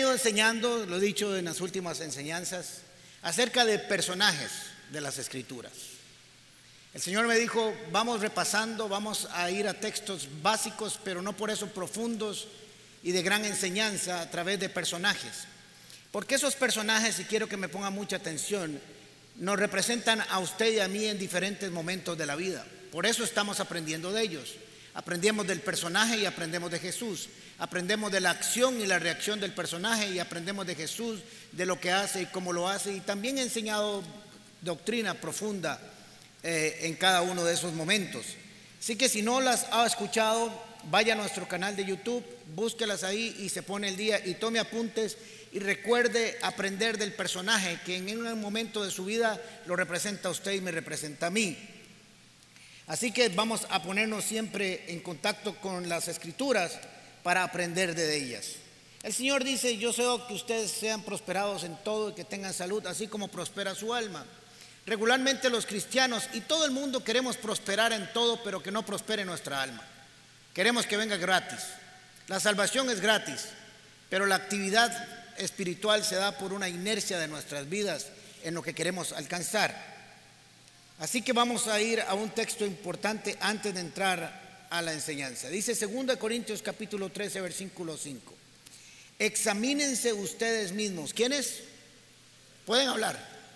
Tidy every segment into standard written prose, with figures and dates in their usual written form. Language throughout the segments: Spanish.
venido enseñando, lo he dicho en las últimas enseñanzas, acerca de personajes de las Escrituras. El Señor me dijo, vamos repasando, vamos a ir a textos básicos, pero no por eso profundos y de gran enseñanza a través de personajes. Porque esos personajes, y quiero que me pongan mucha atención, nos representan a usted y a mí en diferentes momentos de la vida. Por eso estamos aprendiendo de ellos. Aprendemos del personaje y aprendemos de Jesús. Aprendemos de la acción y la reacción del personaje y aprendemos de Jesús, de lo que hace y cómo lo hace. Y también he enseñado doctrina profunda en cada uno de esos momentos. Así que si no las ha escuchado, vaya a nuestro canal de YouTube, búsquelas ahí y se pone el día y tome apuntes y recuerde aprender del personaje que en un momento de su vida lo representa a usted y me representa a mí. Así que vamos a ponernos siempre en contacto con las Escrituras para aprender de ellas. El Señor dice, yo deseo que ustedes sean prosperados en todo y que tengan salud, así como prospera su alma. Regularmente los cristianos y todo el mundo queremos prosperar en todo, pero que no prospere nuestra alma. Queremos que venga gratis. La salvación es gratis, pero la actividad espiritual se da por una inercia de nuestras vidas en lo que queremos alcanzar. Así que vamos a ir a un texto importante antes de entrar a la enseñanza. Dice 2 Corintios capítulo 13, versículo 5. Examínense ustedes mismos. ¿Quiénes? Pueden hablar.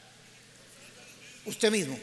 Usted mismo.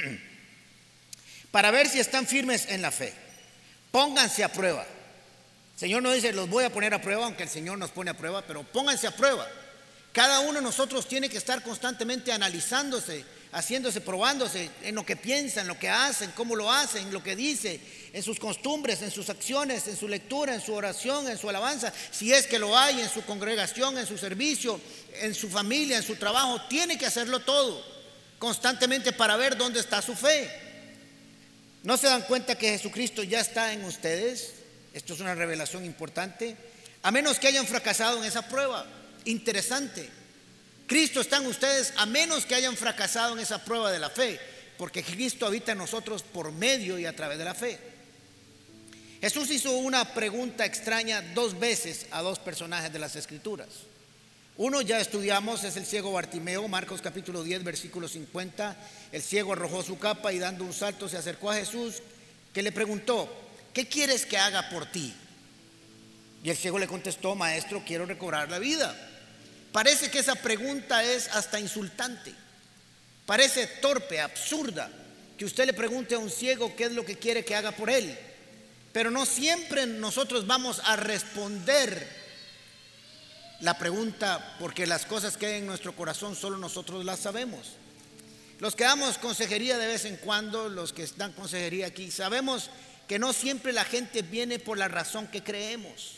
Para ver si están firmes en la fe. Pónganse a prueba. El Señor no dice los voy a poner a prueba, aunque el Señor nos pone a prueba, pero pónganse a prueba. Cada uno de nosotros tiene que estar constantemente analizándose, haciéndose, probándose en lo que piensa, en lo que hacen, cómo lo hacen, en lo que dice, en sus costumbres, en sus acciones, en su lectura, en su oración, en su alabanza, si es que lo hay, en su congregación, en su servicio, en su familia, en su trabajo. Tiene que hacerlo todo constantemente para ver dónde está su fe. ¿No se dan cuenta que Jesucristo ya está en ustedes? Esto es una revelación importante. A menos que hayan fracasado en esa prueba. Interesante. Cristo está en ustedes a menos que hayan fracasado en esa prueba de la fe, porque Cristo habita en nosotros por medio y a través de la fe. Jesús hizo una pregunta extraña 2 veces a 2 personajes de las Escrituras. Uno ya estudiamos, es el ciego Bartimeo, Marcos capítulo 10, versículo 50. El ciego arrojó su capa y dando un salto se acercó a Jesús, que le preguntó, ¿qué quieres que haga por ti? Y el ciego le contestó, maestro, quiero recobrar la vida. Parece que esa pregunta es hasta insultante. Parece torpe, absurda, que usted le pregunte a un ciego qué es lo que quiere que haga por él. Pero no siempre nosotros vamos a responder la pregunta, porque las cosas que hay en nuestro corazón solo nosotros las sabemos. Los que damos consejería de vez en cuando, los que dan consejería aquí, sabemos que no siempre la gente viene por la razón que creemos.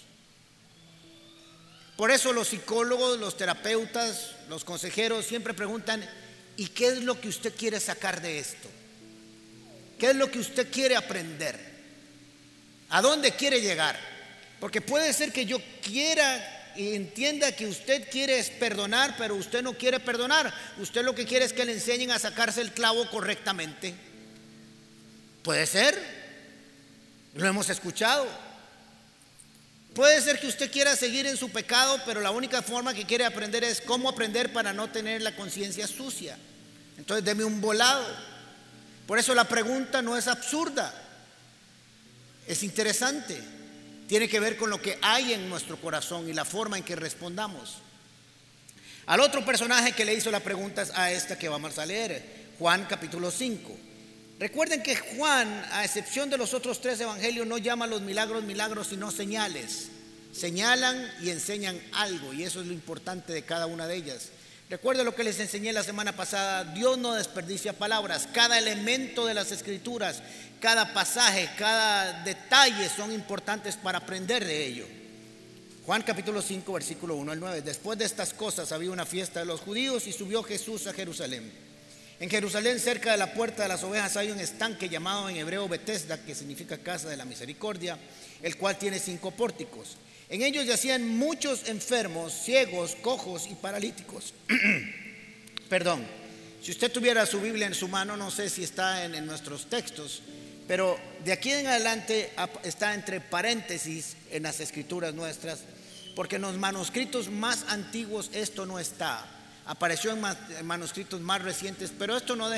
Por eso los psicólogos, los terapeutas, los consejeros siempre preguntan, ¿y qué es lo que usted quiere sacar de esto? ¿Qué es lo que usted quiere aprender? ¿A dónde quiere llegar? Porque puede ser que yo quiera y entienda que usted quiere es perdonar, pero usted no quiere perdonar. Usted lo que quiere es que le enseñen a sacarse el clavo correctamente. Puede ser, lo hemos escuchado. Puede ser que usted quiera seguir en su pecado, pero la única forma que quiere aprender es cómo aprender para no tener la conciencia sucia. Entonces deme un volado. Por eso la pregunta no es absurda, es interesante. Tiene que ver con lo que hay en nuestro corazón y la forma en que respondamos. Al otro personaje que le hizo la pregunta es a esta que vamos a leer, Juan capítulo 5. Recuerden que Juan, a excepción de los otros 3 evangelios, no llama a los milagros milagros, sino señales. Señalan y enseñan algo, y eso es lo importante de cada una de ellas. Recuerden lo que les enseñé la semana pasada. Dios no desperdicia palabras. Cada elemento de las Escrituras, cada pasaje, cada detalle son importantes para aprender de ello. Juan capítulo 5, versículo 1 al 9. Después de estas cosas había una fiesta de los judíos y subió Jesús a Jerusalén. En Jerusalén, cerca de la puerta de las ovejas, hay un estanque llamado en hebreo Betesda, que significa casa de la misericordia, el cual tiene 5 pórticos. En ellos yacían muchos enfermos, ciegos, cojos y paralíticos. Perdón, si usted tuviera su Biblia en su mano, no sé si está en nuestros textos, pero de aquí en adelante está entre paréntesis en las escrituras nuestras, porque en los manuscritos más antiguos esto no está. Apareció en manuscritos más recientes, pero esto no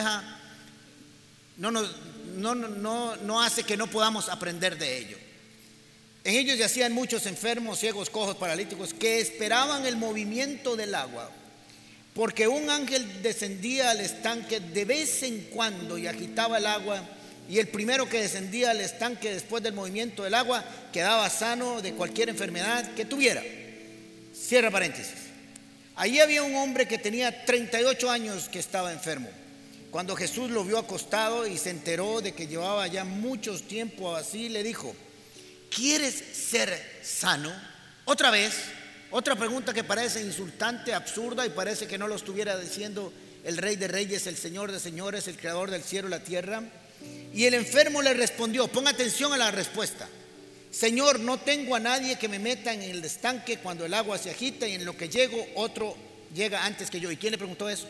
hace que no podamos aprender de ello. En ellos yacían muchos enfermos, ciegos, cojos, paralíticos, que esperaban el movimiento del agua, porque un ángel descendía al estanque de vez en cuando y agitaba el agua, y el primero que descendía al estanque después del movimiento del agua quedaba sano de cualquier enfermedad que tuviera. Cierra paréntesis. Allí había un hombre que tenía 38 años que estaba enfermo. Cuando Jesús lo vio acostado y se enteró de que llevaba ya mucho tiempo así, le dijo: ¿quieres ser sano? Otra vez, otra pregunta que parece insultante, absurda, y parece que no lo estuviera diciendo el Rey de Reyes, el Señor de Señores, el Creador del cielo y la tierra. Y el enfermo le respondió, ponga atención a la respuesta: Señor, no tengo a nadie que me meta en el estanque cuando el agua se agita, y en lo que llego, otro llega antes que yo. ¿Y quién le preguntó eso?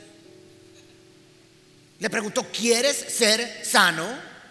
Le preguntó: ¿quieres ser sano?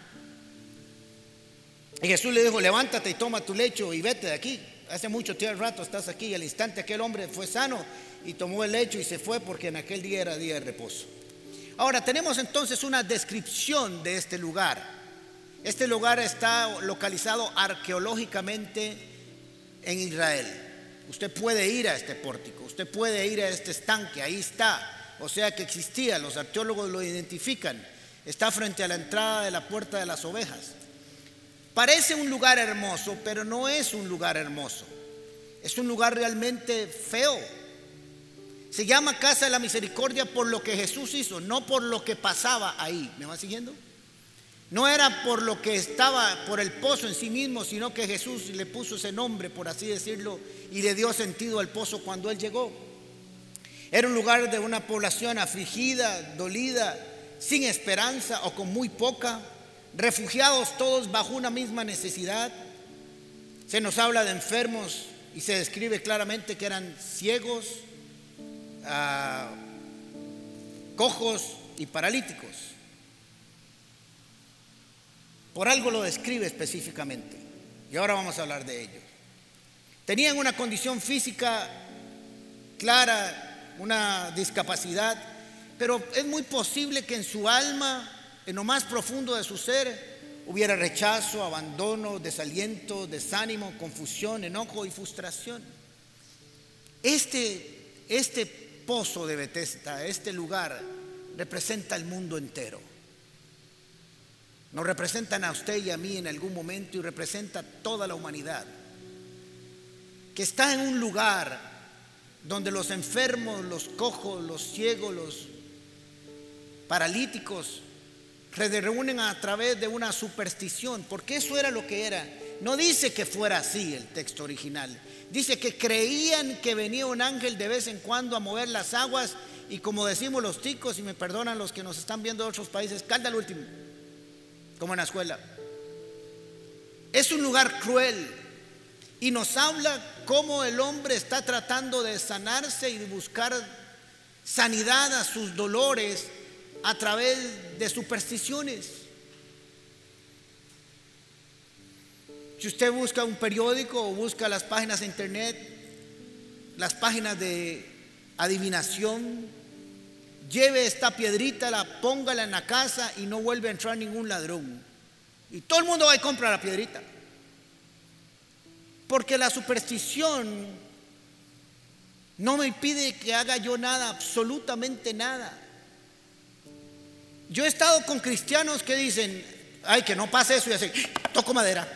Y Jesús le dijo: levántate y toma tu lecho y vete de aquí. Hace mucho rato estás aquí. Y al instante aquel hombre fue sano y tomó el lecho y se fue, porque en aquel día era día de reposo. Ahora tenemos entonces una descripción de este lugar. Este lugar está localizado arqueológicamente en Israel. Usted puede ir a este pórtico, usted puede ir a este estanque, ahí está. O sea que existía, los arqueólogos lo identifican. Está frente a la entrada de la Puerta de las Ovejas. Parece un lugar hermoso, pero no es un lugar hermoso. Es un lugar realmente feo. Se llama Casa de la Misericordia por lo que Jesús hizo, no por lo que pasaba ahí. ¿Me va siguiendo? No era por lo que estaba, por el pozo en sí mismo, sino que Jesús le puso ese nombre, por así decirlo, y le dio sentido al pozo cuando Él llegó. Era un lugar de una población afligida, dolida, sin esperanza o con muy poca, refugiados todos bajo una misma necesidad. Se nos habla de enfermos y se describe claramente que eran ciegos, cojos y paralíticos. Por algo lo describe específicamente, y ahora vamos a hablar de ello. Tenían una condición física clara, una discapacidad, pero es muy posible que en su alma, en lo más profundo de su ser, hubiera rechazo, abandono, desaliento, desánimo, confusión, enojo y frustración. Este pozo de Betesda, este lugar, representa el mundo entero. Nos representan a usted y a mí en algún momento, y representa toda la humanidad, que está en un lugar donde los enfermos, los cojos, los ciegos, los paralíticos se reúnen a través de una superstición, porque eso era lo que era. No dice que fuera así el texto original. Dice que creían que venía un ángel de vez en cuando a mover las aguas, y como decimos los ticos, y me perdonan los que nos están viendo de otros países, calda al último, como en la escuela. Es un lugar cruel, y nos habla cómo el hombre está tratando de sanarse y de buscar sanidad a sus dolores a través de supersticiones. Si usted busca un periódico o busca las páginas de internet, las páginas de adivinación, lleve esta piedrita, póngala en la casa y no vuelve a entrar ningún ladrón. Y todo el mundo va y compra la piedrita. Porque la superstición no me impide que haga yo nada, absolutamente nada. Yo he estado con cristianos que dicen: ay, que no pase eso, y así, toco madera.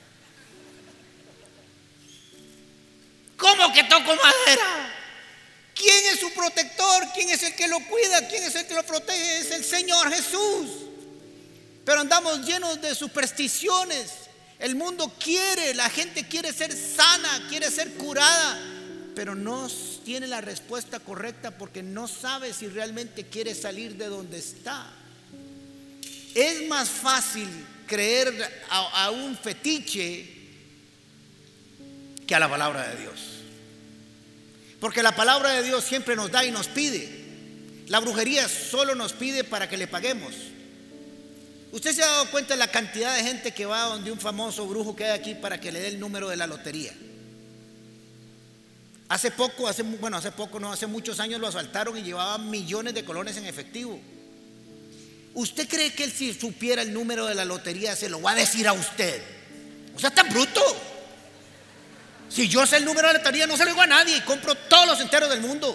¿Cómo que toco madera? ¿Quién es su protector? ¿Quién es el que lo cuida? ¿Quién es el que lo protege? Es el Señor Jesús. Pero andamos llenos de supersticiones. El mundo quiere, la gente quiere ser sana, quiere ser curada, pero no tiene la respuesta correcta porque no sabe si realmente quiere salir de donde está. Es más fácil creer a un fetiche que a la palabra de Dios, porque la palabra de Dios siempre nos da y nos pide. La brujería solo nos pide para que le paguemos. Usted se ha dado cuenta de la cantidad de gente que va donde un famoso brujo que hay aquí para que le dé el número de la lotería. Hace muchos años lo asaltaron y llevaba millones de colones en efectivo. ¿Usted cree que él, si supiera el número de la lotería, se lo va a decir a usted? O sea, tan bruto. Si yo sé el número de la lotería, no se lo digo a nadie y compro todos los enteros del mundo.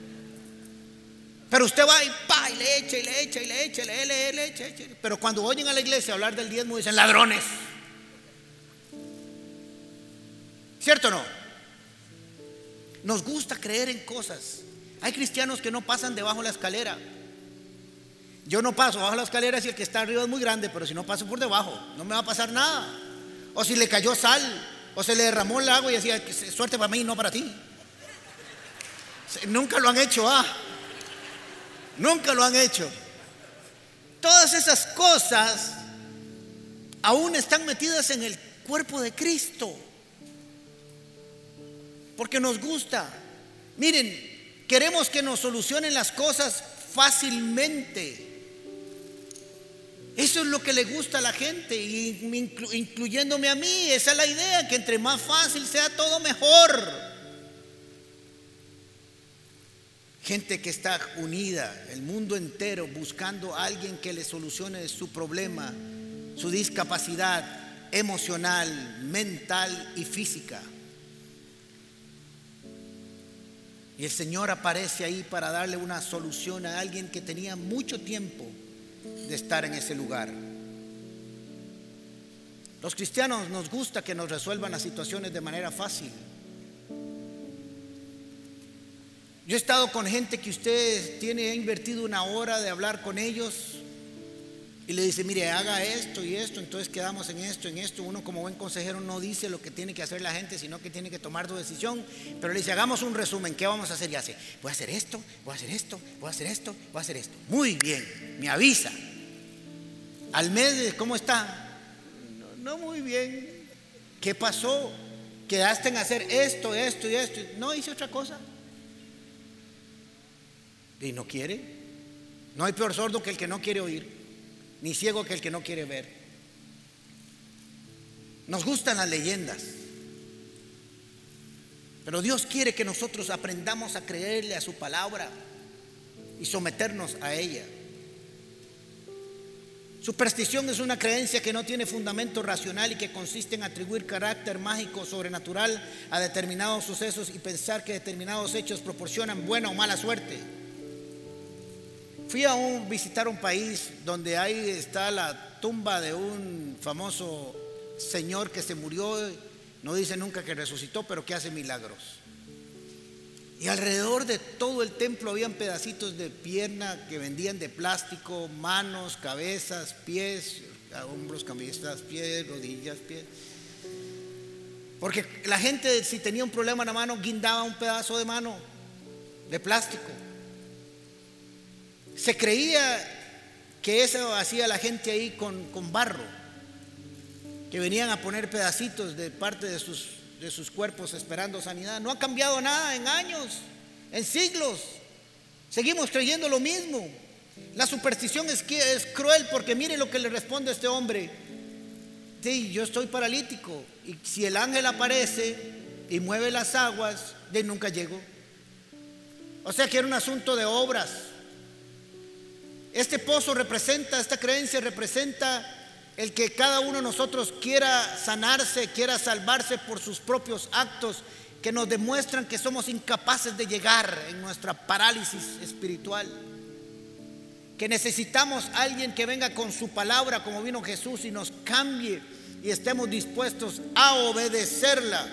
Pero usted va y le echa. Pero cuando oyen a la iglesia hablar del diezmo, dicen ladrones. ¿Cierto o no? Nos gusta creer en cosas. Hay cristianos que no pasan debajo de la escalera. Yo no paso bajo la escalera si el que está arriba es muy grande, pero si no paso por debajo, no me va a pasar nada. O si le cayó sal, o se le derramó el agua y decía, suerte para mí, no para ti. Nunca lo han hecho, nunca lo han hecho. Todas esas cosas aún están metidas en el cuerpo de Cristo, porque nos gusta. Miren, queremos que nos solucionen las cosas fácilmente. Eso es lo que le gusta a la gente, incluyéndome a mí. Esa es la idea, que entre más fácil sea todo, mejor. Gente que está unida, el mundo entero, buscando a alguien que le solucione su problema, su discapacidad emocional, mental y física. Y el Señor aparece ahí para darle una solución a alguien que tenía mucho tiempo de estar en ese lugar. Los cristianos nos gusta que nos resuelvan las situaciones de manera fácil. Yo he estado con gente que usted ha invertido una hora de hablar con ellos y le dice, mire, haga esto y esto, entonces quedamos en esto. Uno como buen consejero no dice lo que tiene que hacer la gente, sino que tiene que tomar su decisión. Pero le dice, hagamos un resumen, ¿qué vamos a hacer? Y hace, voy a hacer esto, voy a hacer esto, voy a hacer esto, voy a hacer esto. Muy bien, me avisa. Al mes, ¿cómo está? No muy bien. ¿Qué pasó? Quedaste en hacer esto, esto y esto. No, hice otra cosa. Y no quiere. No hay peor sordo que el que no quiere oír, ni ciego que el que no quiere ver. Nos gustan las leyendas, pero Dios quiere que nosotros aprendamos a creerle a su palabra y someternos a ella. Superstición es una creencia que no tiene fundamento racional y que consiste en atribuir carácter mágico sobrenatural a determinados sucesos y pensar que determinados hechos proporcionan buena o mala suerte. Fui a visitar un país donde ahí está la tumba de un famoso señor que se murió, no dice nunca que resucitó, pero que hace milagros. Y alrededor de todo el templo habían pedacitos de pierna que vendían de plástico, manos, cabezas, pies, hombros, cabezas, pies, rodillas, pies. Porque la gente, si tenía un problema en la mano, guindaba un pedazo de mano de plástico. Se creía que eso hacía la gente ahí con barro, que venían a poner pedacitos de parte de sus cuerpos esperando sanidad. No ha cambiado nada en años, en siglos. Seguimos creyendo lo mismo. La superstición es cruel, porque mire lo que le responde a este hombre. Sí, yo estoy paralítico, y si el ángel aparece y mueve las aguas, de nunca llego. O sea que era un asunto de obras. Este pozo representa, esta creencia representa el que cada uno de nosotros quiera sanarse, quiera salvarse por sus propios actos, que nos demuestran que somos incapaces de llegar en nuestra parálisis espiritual, que necesitamos a alguien que venga con su palabra como vino Jesús y nos cambie y estemos dispuestos a obedecerla.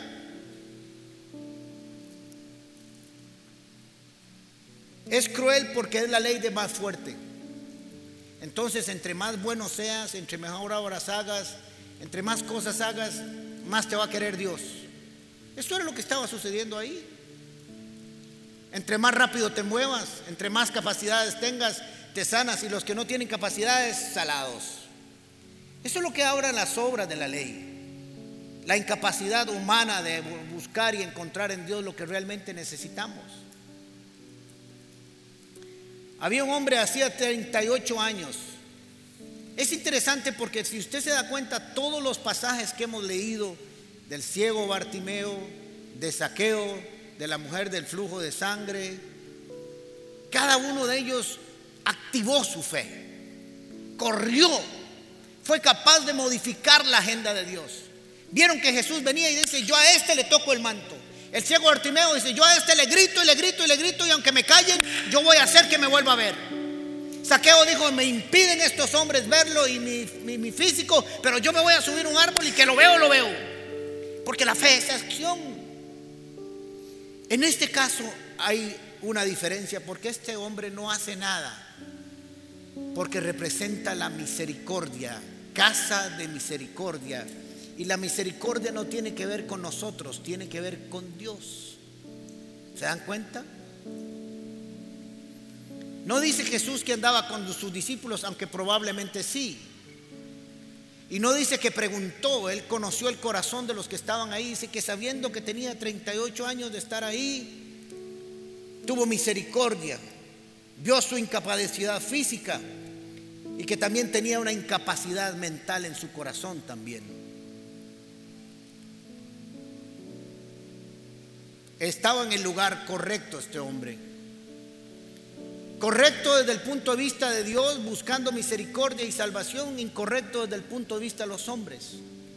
Es cruel porque es la ley de más fuerte. Entonces, entre más bueno seas, entre mejor obras hagas, entre más cosas hagas, más te va a querer Dios. Eso era lo que estaba sucediendo ahí. Entre más rápido te muevas, entre más capacidades tengas, te sanas, y los que no tienen capacidades, salados. Eso es lo que hablan las obras de la ley. La incapacidad humana de buscar y encontrar en Dios lo que realmente necesitamos. Había un hombre hacía 38 años. Es interesante porque si usted se da cuenta, todos los pasajes que hemos leído del ciego Bartimeo, de Zaqueo, de la mujer del flujo de sangre, cada uno de ellos activó su fe, corrió, fue capaz de modificar la agenda de Dios. Vieron que Jesús venía y dice: yo a este le toco el manto. El ciego Bartimeo dice: yo a este le grito y le grito y le grito, y aunque me callen, yo voy a hacer que me vuelva a ver. Zaqueo dijo: me impiden estos hombres verlo y mi físico, pero yo me voy a subir a un árbol y que lo veo, porque la fe es acción. En este caso hay una diferencia, porque este hombre no hace nada, porque representa la misericordia, casa de misericordia. Y la misericordia no tiene que ver con nosotros, tiene que ver con Dios. ¿Se dan cuenta? No dice Jesús que andaba con sus discípulos, aunque probablemente sí. Y no dice que preguntó, él conoció el corazón de los que estaban ahí. Dice que sabiendo que tenía 38 años de estar ahí, tuvo misericordia, vio su incapacidad física y que también tenía una incapacidad mental en su corazón también. Estaba en el lugar correcto este hombre. Correcto desde el punto de vista de Dios, buscando misericordia y salvación. Incorrecto desde el punto de vista de los hombres.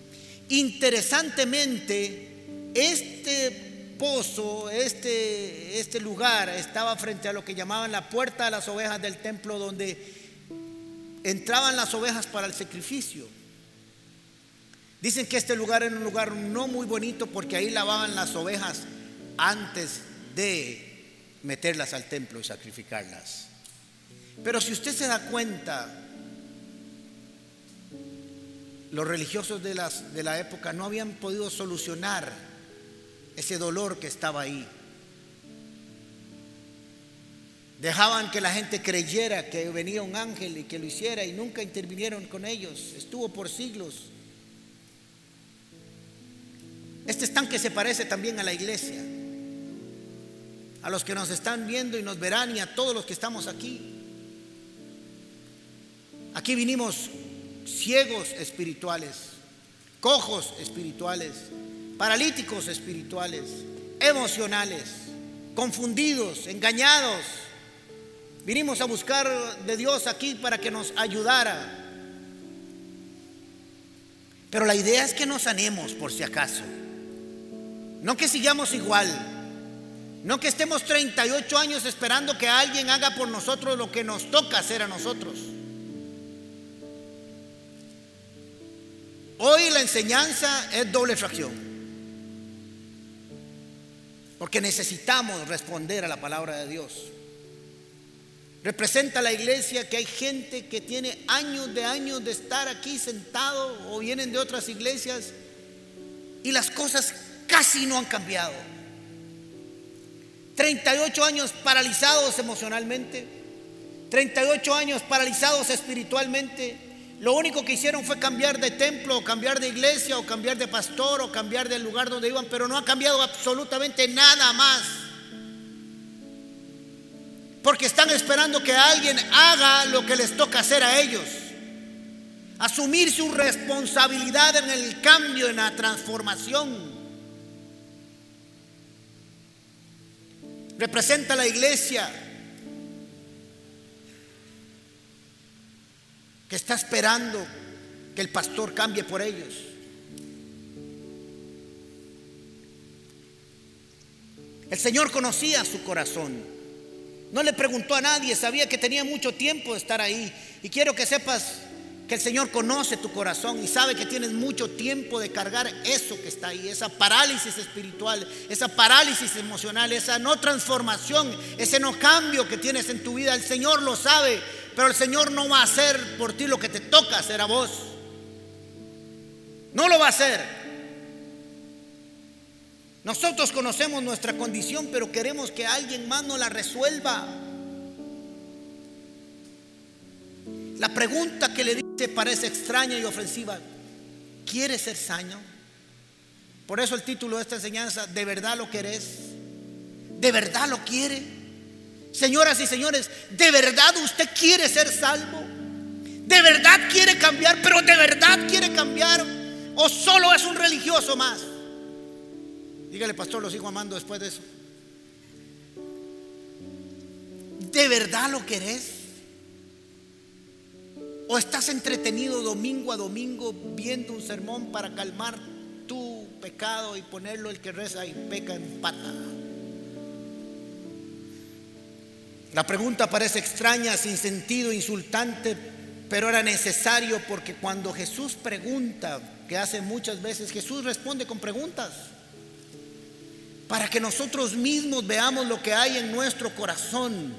Interesantemente, este pozo, este lugar estaba frente a lo que llamaban la puerta de las ovejas del templo, donde entraban las ovejas para el sacrificio. Dicen que este lugar era un lugar no muy bonito, porque ahí lavaban las ovejas antes de meterlas al templo y sacrificarlas. Pero si usted se da cuenta, los religiosos de la época no habían podido solucionar ese dolor que estaba ahí. Dejaban que la gente creyera que venía un ángel y que lo hiciera, y nunca intervinieron con ellos. Estuvo por siglos. Este estanque se parece también a la iglesia, a los que nos están viendo y nos verán, y a todos los que estamos aquí. Aquí vinimos ciegos espirituales, cojos espirituales, paralíticos espirituales, emocionales, confundidos, engañados. Vinimos a buscar de Dios aquí para que nos ayudara. Pero la idea es que nos sanemos, por si acaso. No que sigamos igual. No que estemos 38 años esperando que alguien haga por nosotros lo que nos toca hacer a nosotros. Hoy la enseñanza es doble fracción, porque necesitamos responder a la palabra de Dios. Representa a la iglesia que hay gente que tiene años de estar aquí sentado, o vienen de otras iglesias, y las cosas casi no han cambiado. 38 años paralizados emocionalmente, 38 años paralizados espiritualmente. Lo único que hicieron fue cambiar de templo, o cambiar de iglesia, o cambiar de pastor, o cambiar del lugar donde iban, pero no ha cambiado absolutamente nada más, porque están esperando que alguien haga lo que les toca hacer a ellos. Asumir su responsabilidad en el cambio, en la transformación. Representa a la iglesia que está esperando que el pastor cambie por ellos. El Señor conocía su corazón. No le preguntó a nadie, sabía que tenía mucho tiempo de estar ahí. Y quiero que sepas que el Señor conoce tu corazón y sabe que tienes mucho tiempo de cargar eso que está ahí, esa parálisis espiritual, esa parálisis emocional, esa no transformación, ese no cambio que tienes en tu vida. El Señor lo sabe, pero el Señor no va a hacer por ti lo que te toca hacer a vos. No lo va a hacer. Nosotros conocemos nuestra condición, pero queremos que alguien más nos la resuelva. La pregunta que le dice parece extraña y ofensiva: ¿quieres ser sano? Por eso el título de esta enseñanza: ¿de verdad lo querés? ¿De verdad lo quiere? Señoras y señores, ¿de verdad usted quiere ser salvo? ¿De verdad quiere cambiar? ¿Pero de verdad quiere cambiar? ¿O solo es un religioso más? Dígale: pastor, lo sigo amando después de eso. ¿De verdad lo querés? ¿O estás entretenido domingo a domingo viendo un sermón para calmar tu pecado y ponerlo el que reza y peca en pata? La pregunta parece extraña, sin sentido, insultante, pero era necesario, porque cuando Jesús pregunta, que hace muchas veces, Jesús responde con preguntas para que nosotros mismos veamos lo que hay en nuestro corazón.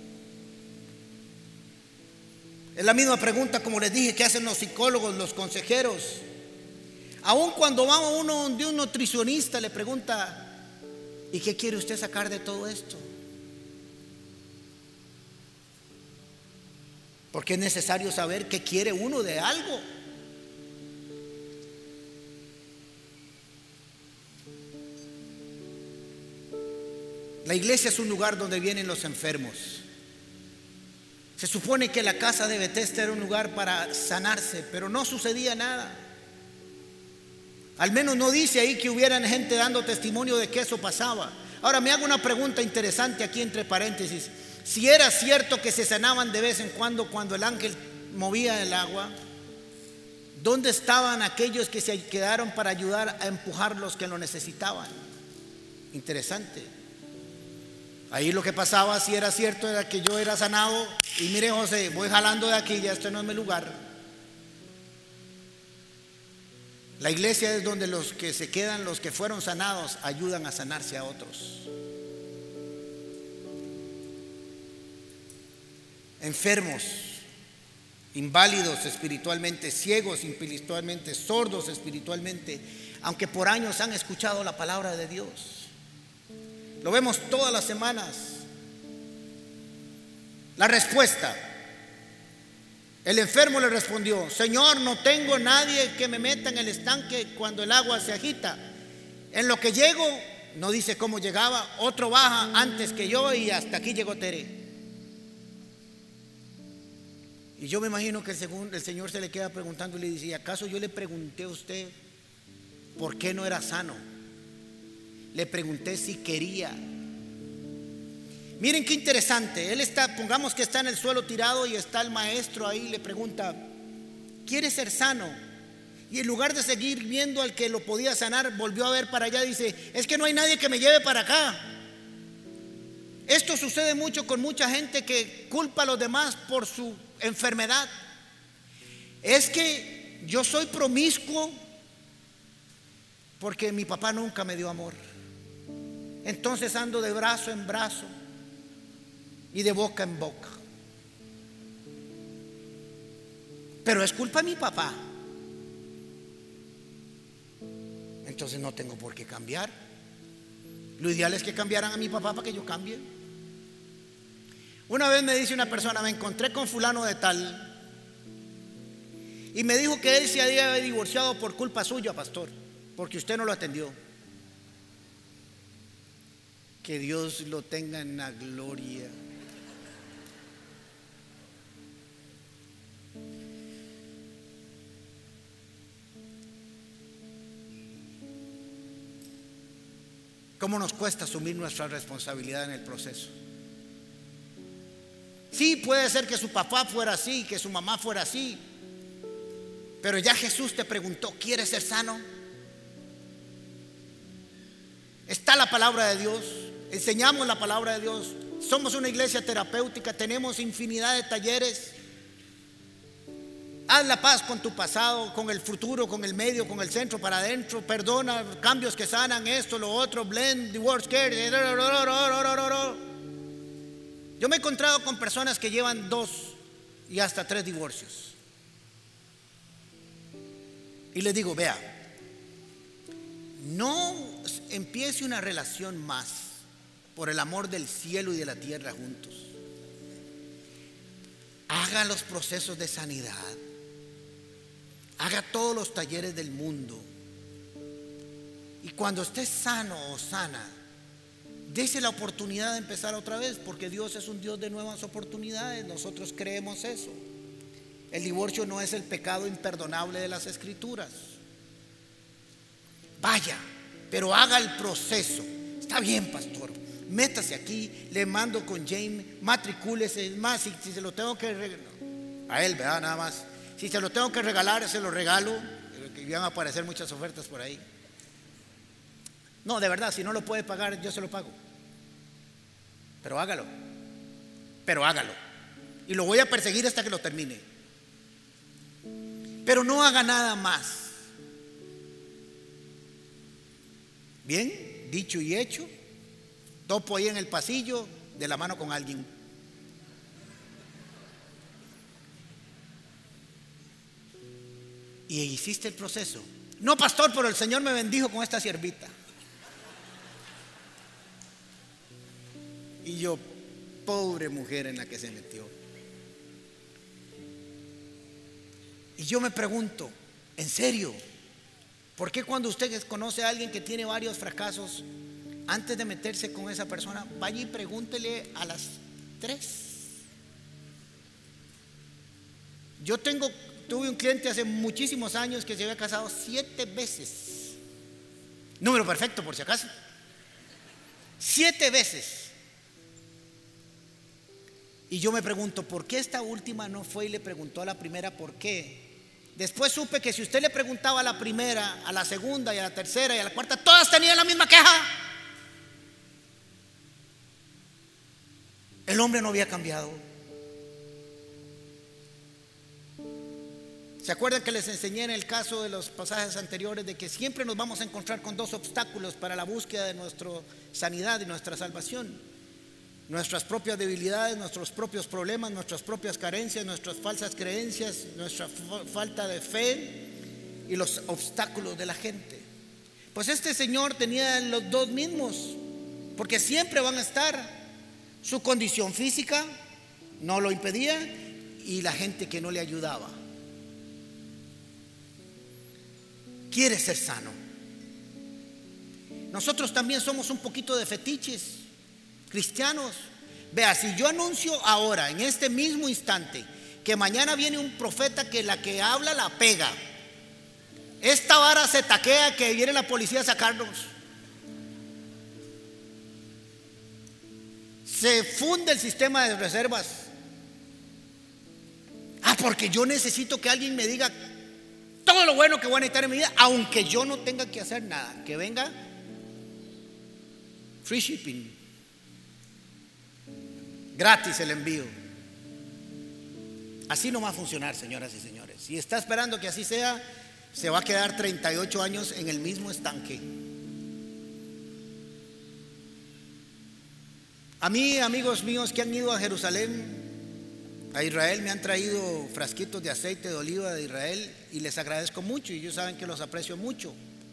Es la misma pregunta, como les dije, que hacen los psicólogos, los consejeros. Aun cuando va uno de un nutricionista, le pregunta: ¿y qué quiere usted sacar de todo esto? Porque es necesario saber qué quiere uno de algo. La iglesia es un lugar donde vienen los enfermos. Se supone que la casa de Bethesda era un lugar para sanarse, pero no sucedía nada. Al menos no dice ahí que hubiera gente dando testimonio de que eso pasaba. Ahora me hago una pregunta interesante aquí entre paréntesis. Si era cierto que se sanaban de vez en cuando el ángel movía el agua, ¿dónde estaban aquellos que se quedaron para ayudar a empujar los que lo necesitaban? Interesante. Ahí lo que pasaba, si era cierto, era que yo era sanado. Y mire, José, voy jalando de aquí, ya esto no es mi lugar. La iglesia es donde los que se quedan, los que fueron sanados, ayudan a sanarse a otros. Enfermos, inválidos espiritualmente, ciegos espiritualmente, sordos espiritualmente, aunque por años han escuchado la palabra de Dios. Lo vemos todas las semanas. La respuesta: el enfermo le respondió: Señor, no tengo nadie que me meta en el estanque cuando el agua se agita. En lo que llego, no dice cómo llegaba, otro baja antes que yo y hasta aquí llegó Tere. Y yo me imagino que el Señor se le queda preguntando y le dice: ¿y acaso yo le pregunté a usted por qué no era sano? Le pregunté si quería. Miren qué interesante. Él está, pongamos que está en el suelo tirado y está el maestro ahí, le pregunta: ¿quiere ser sano? Y en lugar de seguir viendo al que lo podía sanar, volvió a ver para allá y dice: es que no hay nadie que me lleve para acá. Esto sucede mucho con mucha gente que culpa a los demás por su enfermedad. Es que yo soy promiscuo porque mi papá nunca me dio amor. Entonces ando de brazo en brazo y de boca en boca. Pero es culpa de mi papá. Entonces no tengo por qué cambiar. Lo ideal es que cambiaran a mi papá para que yo cambie. Una vez me dice una persona: me encontré con fulano de tal y me dijo que él se había divorciado por culpa suya, pastor, porque usted no lo atendió. Que Dios lo tenga en la gloria. ¿Cómo nos cuesta asumir nuestra responsabilidad en el proceso? Sí, puede ser que su papá fuera así, que su mamá fuera así, pero ya Jesús te preguntó: ¿quieres ser sano? Está la palabra de Dios, enseñamos la palabra de Dios, somos una iglesia terapéutica, tenemos infinidad de talleres. Haz la paz con tu pasado, con el futuro, con el medio, con el centro, para adentro. Perdona, cambios que sanan, esto, lo otro, blend, divorce care. Yo me he encontrado con personas que llevan 2 y hasta 3 divorcios. Y les digo: vea, no empiece una relación más por el amor del cielo y de la tierra juntos. Haga los procesos de sanidad. Haga todos los talleres del mundo. Y cuando esté sano o sana, dése la oportunidad de empezar otra vez, porque Dios es un Dios de nuevas oportunidades. Nosotros creemos eso. El divorcio no es el pecado imperdonable de las Escrituras. Vaya, pero haga el proceso. Está bien, pastor, métase aquí, le mando con James, matricúlese. Es más, si se lo tengo que a él, ¿verdad? Nada más. Si se lo tengo que regalar, se lo regalo. Que van a aparecer muchas ofertas por ahí. No, de verdad, si no lo puede pagar, yo se lo pago. Pero hágalo. Y lo voy a perseguir hasta que lo termine. Pero no haga nada más. Bien, dicho y hecho. Topo ahí en el pasillo, de la mano con alguien. Y hiciste el proceso. No, pastor, pero el Señor me bendijo con esta siervita. Y yo, pobre mujer en la que se metió. Y yo me pregunto, en serio, ¿por qué cuando usted conoce a alguien que tiene varios fracasos, antes de meterse con esa persona, vaya y pregúntele a las 3? Tuve un cliente hace muchísimos años que se había casado 7 veces. Número perfecto, por si acaso. 7 veces. Y yo me pregunto, ¿por qué esta última no fue y le preguntó a la primera por qué? Después supe que si usted le preguntaba a la primera, a la segunda y a la tercera y a la cuarta, todas tenían la misma queja. El hombre no había cambiado. ¿Se acuerdan que les enseñé en el caso de los pasajes anteriores de que siempre nos vamos a encontrar con 2 obstáculos para la búsqueda de nuestra sanidad y nuestra salvación? Nuestras propias debilidades, nuestros propios problemas, nuestras propias carencias, nuestras falsas creencias, nuestra falta de fe y los obstáculos de la gente. Pues este señor tenía los 2 mismos, porque siempre van a estar. Su condición física no lo impedía y la gente que no le ayudaba. Quiere ser sano. Nosotros también somos un poquito de fetiches cristianos. Vea, si yo anuncio ahora, en este mismo instante, que mañana viene un profeta que la que habla la pega, esta vara se taquea, que viene la policía a sacarnos, se funde el sistema de reservas. Porque yo necesito que alguien me diga todo lo bueno que voy a necesitar en mi vida, aunque yo no tenga que hacer nada. Que venga free shipping, gratis el envío. Así no va a funcionar, señoras y señores. Si está esperando que así sea, se va a quedar 38 años en el mismo estanque. A mí, amigos míos que han ido a Jerusalén, a Israel, me han traído frasquitos de aceite de oliva de Israel y les agradezco mucho, y ellos saben que los aprecio mucho.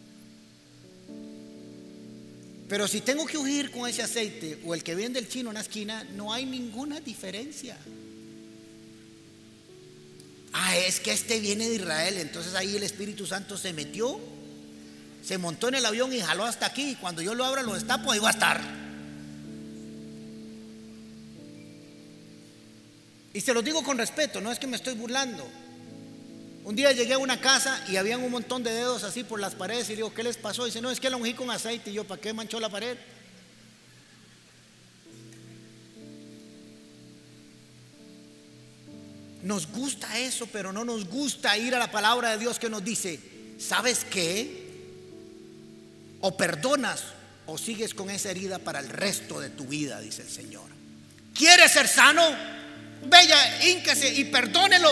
Pero si tengo que huir con ese aceite o el que vende el chino en la esquina, no hay ninguna diferencia. Es que este viene de Israel, entonces ahí el Espíritu Santo se metió, se montó en el avión y jaló hasta aquí, y cuando yo lo abra, lo destapo, ahí va a estar. Y se los digo con respeto, no es que me estoy burlando. Un día llegué a una casa y habían un montón de dedos así por las paredes, y digo, ¿qué les pasó? Y dice, no, es que la ungí con aceite. Y yo, ¿para qué manchó la pared? Nos gusta eso, pero no nos gusta ir a la palabra de Dios que nos dice, ¿sabes qué? O perdonas o sigues con esa herida para el resto de tu vida, dice el Señor. ¿Quieres ser sano? Vaya, hínquese y perdónelo,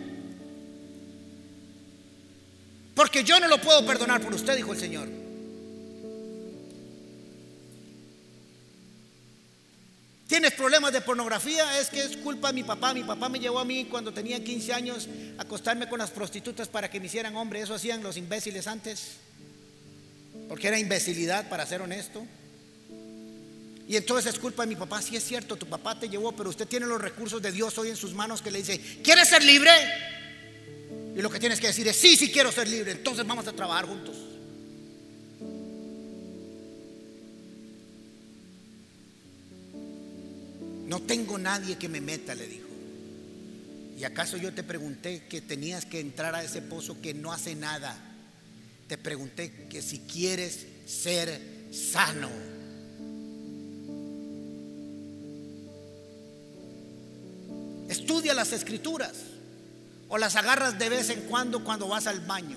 porque yo no lo puedo perdonar por usted, dijo el Señor. ¿Tienes problemas de pornografía? Es que es culpa de mi papá. Mi papá me llevó a mí cuando tenía 15 años a acostarme con las prostitutas para que me hicieran hombre. Eso hacían los imbéciles antes, porque era imbecilidad, para ser honesto. Y entonces es culpa de mi papá. Sí, es cierto, tu papá te llevó, pero usted tiene los recursos de Dios hoy en sus manos, que le dice, ¿quieres ser libre? Y lo que tienes que decir es, sí, sí quiero ser libre. Entonces vamos a trabajar juntos. No tengo nadie que me meta, le dijo. ¿Y acaso yo te pregunté que tenías que entrar a ese pozo que no hace nada? Te pregunté que si quieres ser sano. estudias las escrituras o las agarras de vez en cuando vas al baño?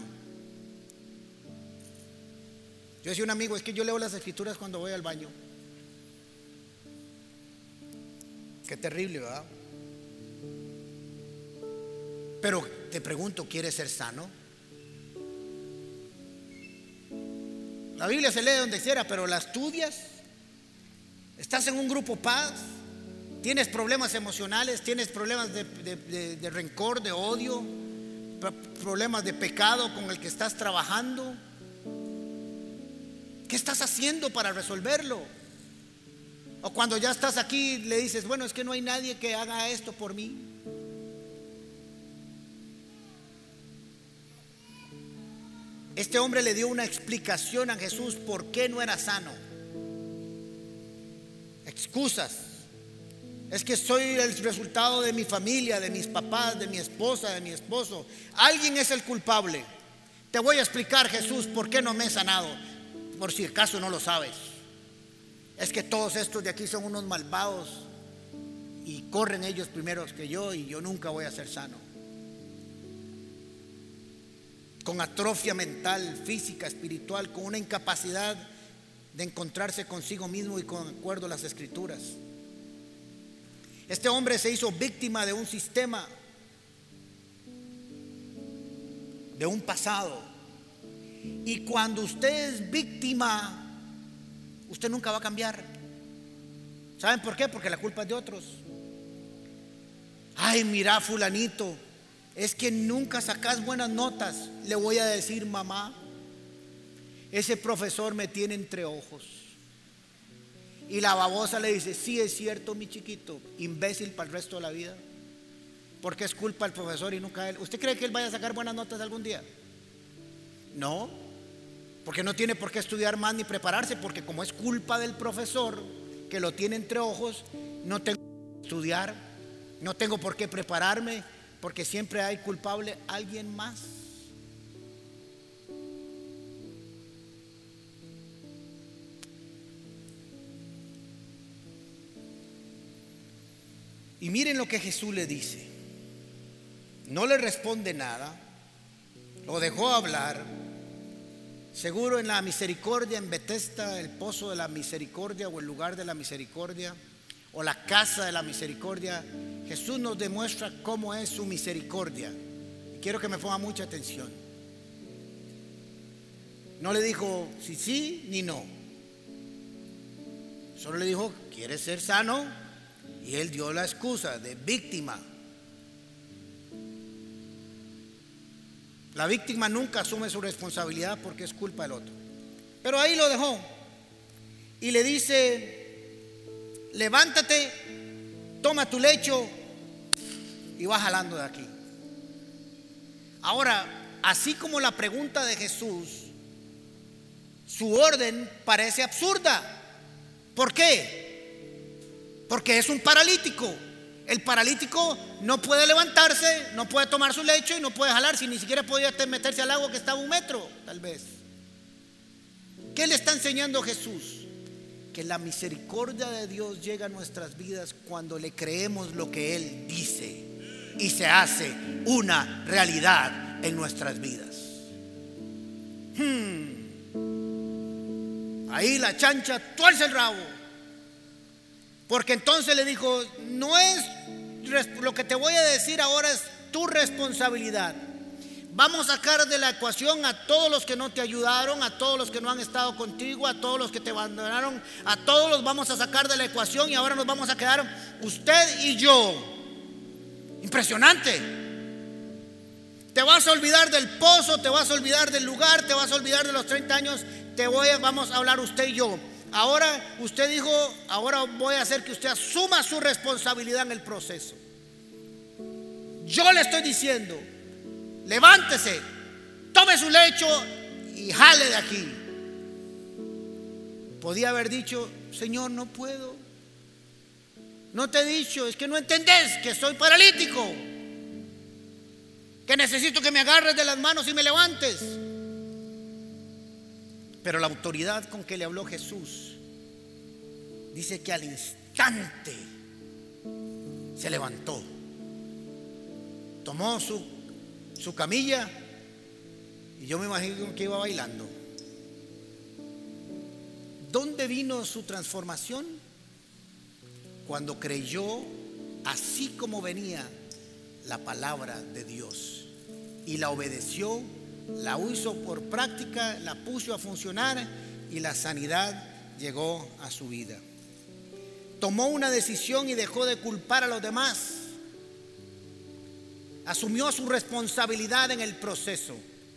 Yo decía a un amigo, es que yo leo las escrituras cuando voy al baño. Qué terrible, ¿verdad? Pero te pregunto, ¿quieres ser sano? La Biblia se lee donde quiera, pero la estudias. Estás en un grupo paz, tienes problemas emocionales, tienes problemas de rencor, de odio, problemas de pecado con el que estás trabajando. ¿Qué estás haciendo para resolverlo? O cuando ya estás aquí le dices, bueno, es que no hay nadie que haga esto por mí. Este hombre le dio una explicación a Jesús por qué no era sano. Excusas. Es que soy el resultado de mi familia, de mis papás, de mi esposa, de mi esposo. Alguien es el culpable. Te voy a explicar, Jesús, por qué no me he sanado, por si acaso no lo sabes. Es que todos estos de aquí son unos malvados y corren ellos primero que yo, y yo nunca voy a ser sano. Con atrofia mental, física, espiritual, con una incapacidad de encontrarse consigo mismo y con acuerdo a las escrituras. Este hombre se hizo víctima de un sistema, de un pasado. Y cuando usted es víctima, usted nunca va a cambiar. ¿Saben por qué? Porque la culpa es de otros. Ay, mira, fulanito, es que nunca sacas buenas notas. Le voy a decir, mamá, ese profesor me tiene entre ojos. Y la babosa le dice, sí es cierto, mi chiquito, imbécil para el resto de la vida, porque es culpa del profesor y nunca él. ¿Usted cree que él vaya a sacar buenas notas algún día? No, porque no tiene por qué estudiar más ni prepararse, porque como es culpa del profesor que lo tiene entre ojos, no tengo que estudiar, no tengo por qué prepararme, porque siempre hay culpable alguien más. Y miren lo que Jesús le dice. No le responde nada, lo dejó hablar. Seguro en la misericordia, en Betesda, el pozo de la misericordia, o el lugar de la misericordia, o la casa de la misericordia, Jesús nos demuestra cómo es su misericordia. Y quiero que me ponga mucha atención. No le dijo si sí ni no. Solo le dijo, ¿quieres ser sano? Y él dio la excusa de víctima. La víctima nunca asume su responsabilidad porque es culpa del otro. Pero ahí lo dejó. Y le dice, levántate, toma tu lecho y va jalando de aquí. Ahora, así como la pregunta de Jesús, su orden parece absurda. ¿Por qué? Porque es un paralítico. El paralítico no puede levantarse, no puede tomar su lecho y no puede jalar, si ni siquiera podía meterse al agua que estaba a 1 metro, tal vez. ¿Qué le está enseñando Jesús? Que la misericordia de Dios llega a nuestras vidas cuando le creemos lo que Él dice y se hace una realidad en nuestras vidas. Ahí la chancha tuerce el rabo. Porque entonces le dijo, no es lo que te voy a decir ahora, es tu responsabilidad. Vamos a sacar de la ecuación a todos los que no te ayudaron, a todos los que no han estado contigo, a todos los que te abandonaron, a todos los vamos a sacar de la ecuación y ahora nos vamos a quedar usted y yo. Impresionante. Te vas a olvidar del pozo, te vas a olvidar del lugar, te vas a olvidar de los 30 años, vamos a hablar usted y yo. Ahora usted dijo, ahora voy a hacer que usted asuma su responsabilidad en el proceso. Yo le estoy diciendo, levántese, tome su lecho y jale de aquí. Podía haber dicho, Señor, no puedo. No te he dicho, es que no entendés que soy paralítico, que necesito que me agarres de las manos y me levantes. Pero la autoridad con que le habló Jesús dice que al instante se levantó tomó su camilla y yo me imagino que iba bailando. ¿Dónde vino su transformación? Cuando creyó así como venía la palabra de Dios y la obedeció, la hizo por práctica, la puso a funcionar y la sanidad llegó a su vida. Tomó una decisión y dejó de culpar a los demás. Asumió su responsabilidad en el proceso.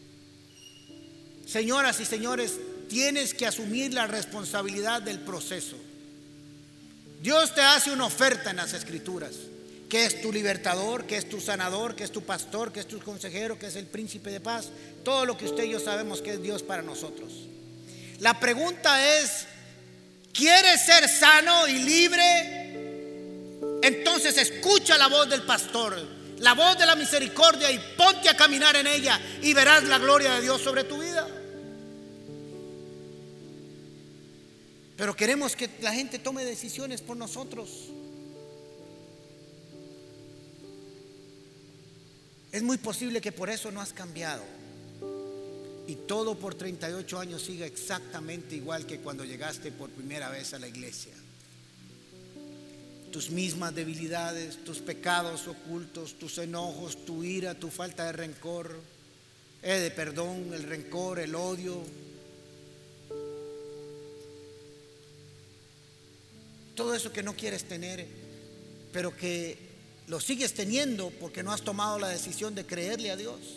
Señoras y señores, tienes que asumir la responsabilidad del proceso. Dios te hace una oferta en las Escrituras, que es tu libertador, que es tu sanador, que es tu pastor, que es tu consejero, que es el príncipe de paz. Todo lo que usted y yo sabemos que es Dios para nosotros. La pregunta es: ¿quieres ser sano y libre? Entonces escucha la voz del pastor, la voz de la misericordia, y ponte a caminar en ella y verás la gloria de Dios sobre tu vida. Pero queremos que la gente tome decisiones por nosotros. Es muy posible que por eso no has cambiado y todo por 38 años siga exactamente igual que cuando llegaste por primera vez a la iglesia. Tus mismas debilidades, tus pecados ocultos, tus enojos, tu ira, tu falta de rencor, de perdón, el rencor, el odio. Todo eso que no quieres tener, pero que lo sigues teniendo porque no has tomado la decisión de creerle a Dios.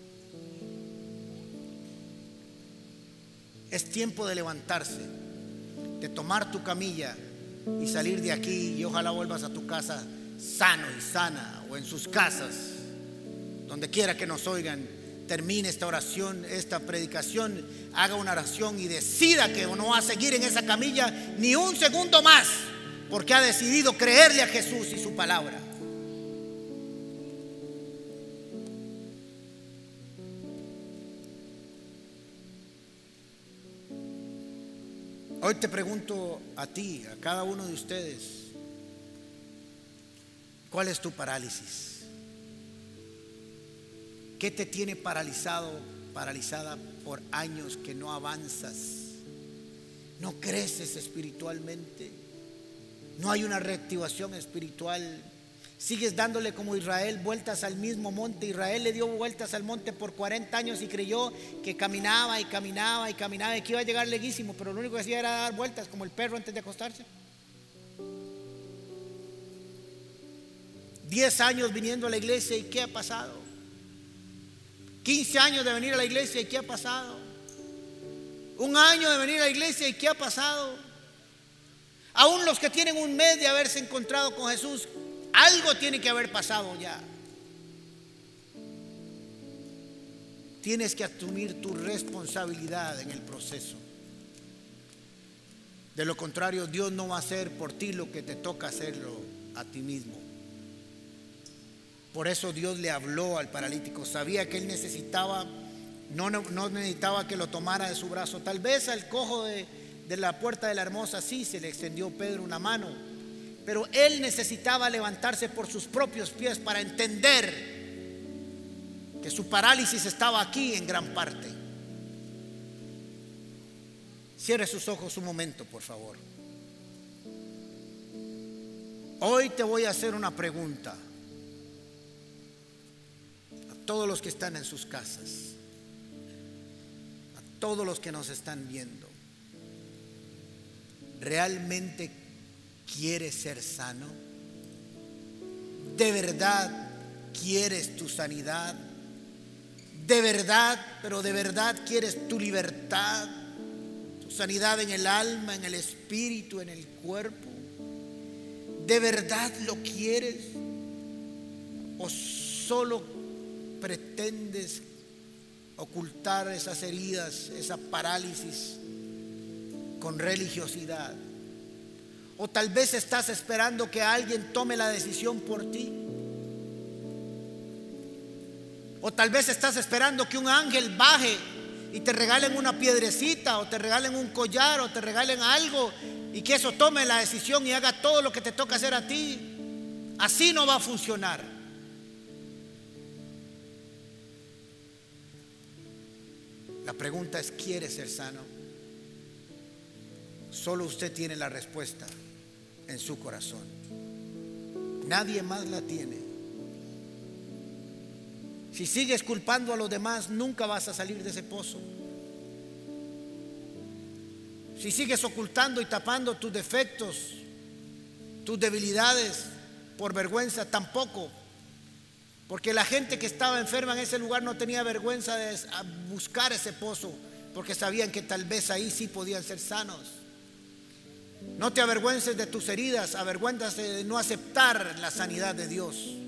Es tiempo de levantarse, de tomar tu camilla y salir de aquí, y ojalá vuelvas a tu casa sano y sana, o en sus casas, donde quiera que nos oigan. Termine esta oración, esta predicación, haga una oración y decida que no va a seguir en esa camilla ni un segundo más, porque ha decidido creerle a Jesús y su palabra. Hoy te pregunto a ti, a cada uno de ustedes, ¿cuál es tu parálisis? ¿Qué te tiene paralizado, paralizada por años que no avanzas? No creces espiritualmente. No hay una reactivación espiritual. Sigues dándole como Israel vueltas al mismo monte. Israel le dio vueltas al monte por 40 años y creyó que caminaba y caminaba y caminaba y que iba a llegar leguísimo, pero lo único que hacía era dar vueltas como el perro antes de acostarse. 10 años viniendo a la iglesia, ¿y qué ha pasado? 15 años de venir a la iglesia, ¿y qué ha pasado? 1 año de venir a la iglesia, ¿y qué ha pasado? Aún los que tienen 1 mes de haberse encontrado con Jesús, algo tiene que haber pasado ya. Tienes que asumir tu responsabilidad en el proceso. De lo contrario, Dios no va a hacer por ti lo que te toca hacerlo a ti mismo. Por eso Dios le habló al paralítico. Sabía que él necesitaba, no necesitaba que lo tomara de su brazo. Tal vez al cojo de la puerta de la Hermosa sí se le extendió Pedro una mano, pero él necesitaba levantarse por sus propios pies para entender que su parálisis estaba aquí en gran parte. Cierre sus ojos un momento, por favor. Hoy te voy a hacer una pregunta a todos los que están en sus casas, a todos los que nos están viendo. ¿Realmente quieres ser sano? ¿De verdad quieres tu sanidad? ¿De verdad, pero de verdad quieres tu libertad? Tu sanidad en el alma, en el espíritu, en el cuerpo. ¿De verdad lo quieres? ¿O solo pretendes ocultar esas heridas, esa parálisis con religiosidad? O tal vez estás esperando que alguien tome la decisión por ti. O tal vez estás esperando que un ángel baje y te regalen una piedrecita, o te regalen un collar, o te regalen algo, y que eso tome la decisión y haga todo lo que te toca hacer a ti. Así no va a funcionar. La pregunta es, ¿quiere ser sano? Solo usted tiene la respuesta en su corazón. Nadie más la tiene. Si sigues culpando a los demás, nunca vas a salir de ese pozo. Si sigues ocultando y tapando tus defectos, tus debilidades por vergüenza, tampoco. Porque la gente que estaba enferma en ese lugar no tenía vergüenza de buscar ese pozo, porque sabían que tal vez ahí sí podían ser sanos. No te avergüences de tus heridas, avergüéntate de no aceptar la sanidad de Dios.